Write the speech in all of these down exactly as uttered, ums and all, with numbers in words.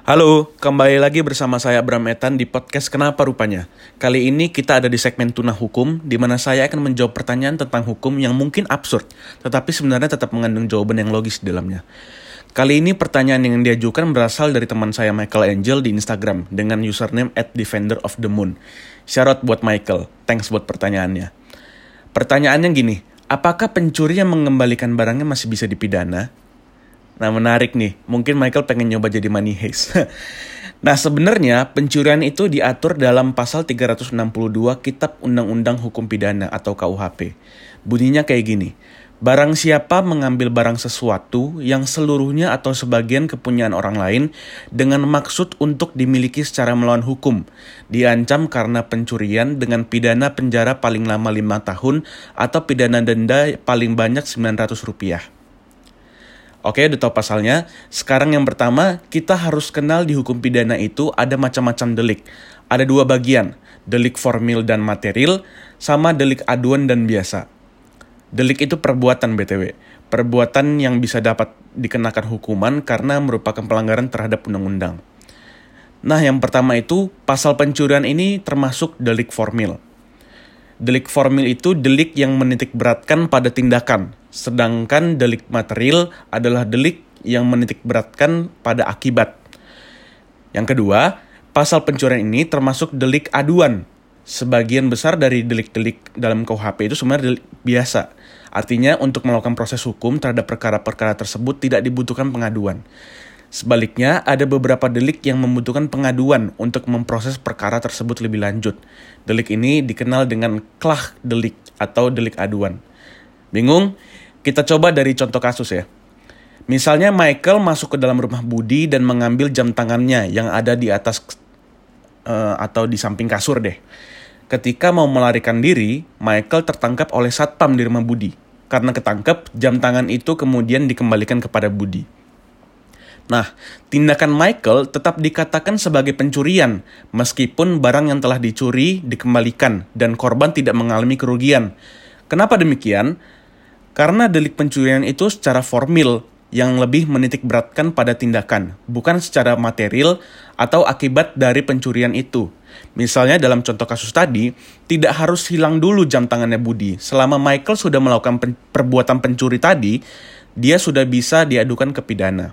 Halo, kembali lagi bersama saya Bram Etan di podcast Kenapa Rupanya. Kali ini kita ada di segmen Tuna Hukum, di mana saya akan menjawab pertanyaan tentang hukum yang mungkin absurd, tetapi sebenarnya tetap mengandung jawaban yang logis di dalamnya. Kali ini pertanyaan yang diajukan berasal dari teman saya Michael Angel di Instagram dengan username at defender of the moon. Shout out buat Michael, thanks buat pertanyaannya. Pertanyaannya gini, apakah pencuri yang mengembalikan barangnya masih bisa dipidana? Nah menarik nih, mungkin Michael pengen nyoba jadi money heist. Nah sebenarnya pencurian itu diatur dalam pasal tiga ratus enam puluh dua Kitab Undang-Undang Hukum Pidana atau K U H P. Bunyinya kayak gini, barang siapa mengambil barang sesuatu yang seluruhnya atau sebagian kepunyaan orang lain dengan maksud untuk dimiliki secara melawan hukum, diancam karena pencurian dengan pidana penjara paling lama lima tahun atau pidana denda paling banyak sembilan ratus rupiah. Oke, udah tahu pasalnya. Sekarang yang pertama, kita harus kenal di hukum pidana itu ada macam-macam delik. Ada dua bagian, delik formil dan material, sama delik aduan dan biasa. Delik itu perbuatan B T W. Perbuatan yang bisa dapat dikenakan hukuman karena merupakan pelanggaran terhadap undang-undang. Nah, yang pertama itu, pasal pencurian ini termasuk delik formil. Delik formil itu delik yang menitik beratkan pada tindakan, sedangkan delik material adalah delik yang menitik beratkan pada akibat. Yang kedua, pasal pencurian ini termasuk delik aduan. Sebagian besar dari delik-delik dalam K U H P itu sebenarnya delik biasa. Artinya untuk melakukan proses hukum terhadap perkara-perkara tersebut tidak dibutuhkan pengaduan. Sebaliknya, ada beberapa delik yang membutuhkan pengaduan untuk memproses perkara tersebut lebih lanjut. Delik ini dikenal dengan klah delik atau delik aduan. Bingung? Kita coba dari contoh kasus ya. Misalnya Michael masuk ke dalam rumah Budi dan mengambil jam tangannya yang ada di atas uh, atau di samping kasur deh. Ketika mau melarikan diri, Michael tertangkap oleh satpam di rumah Budi. Karena ketangkep, jam tangan itu kemudian dikembalikan kepada Budi. Nah, tindakan Michael tetap dikatakan sebagai pencurian, meskipun barang yang telah dicuri dikembalikan dan korban tidak mengalami kerugian. Kenapa demikian? Karena delik pencurian itu secara formil yang lebih menitik beratkan pada tindakan, bukan secara material atau akibat dari pencurian itu. Misalnya dalam contoh kasus tadi, tidak harus hilang dulu jam tangannya Budi. Selama Michael sudah melakukan pen- perbuatan pencuri tadi, dia sudah bisa diadukan ke pidana.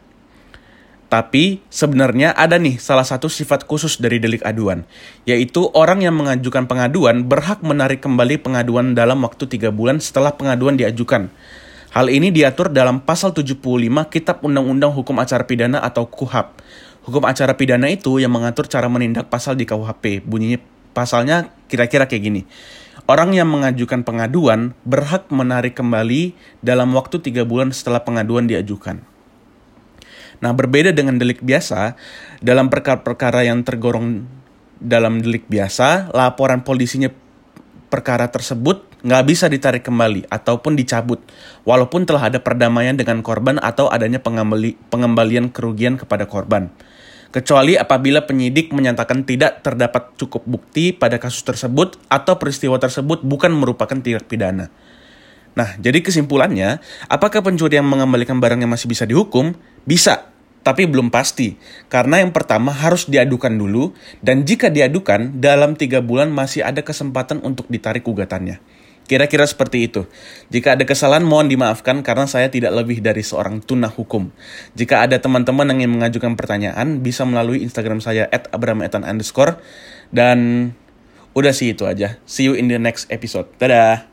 Tapi sebenarnya ada nih salah satu sifat khusus dari delik aduan, yaitu orang yang mengajukan pengaduan berhak menarik kembali pengaduan dalam waktu tiga bulan setelah pengaduan diajukan. Hal ini diatur dalam pasal tujuh puluh lima Kitab Undang-Undang Hukum Acara Pidana atau K U H P. Hukum acara pidana itu yang mengatur cara menindak pasal di K U H P. Bunyinya pasalnya kira-kira kayak gini. Orang yang mengajukan pengaduan berhak menarik kembali dalam waktu tiga bulan setelah pengaduan diajukan. Nah, berbeda dengan delik biasa, dalam perkara-perkara yang tergolong dalam delik biasa, laporan polisinya perkara tersebut nggak bisa ditarik kembali ataupun dicabut, walaupun telah ada perdamaian dengan korban atau adanya pengembali, pengembalian kerugian kepada korban. Kecuali apabila penyidik menyatakan tidak terdapat cukup bukti pada kasus tersebut atau peristiwa tersebut bukan merupakan tindak pidana. Nah, jadi kesimpulannya, apakah pencuri yang mengembalikan barangnya masih bisa dihukum? Bisa, tapi belum pasti. Karena yang pertama harus diadukan dulu, dan jika diadukan, dalam tiga bulan masih ada kesempatan untuk ditarik gugatannya. Kira-kira seperti itu. Jika ada kesalahan, mohon dimaafkan karena saya tidak lebih dari seorang tuna hukum. Jika ada teman-teman yang ingin mengajukan pertanyaan, bisa melalui Instagram saya at abrametan underscore. Dan udah sih itu aja. See you in the next episode. Dadah!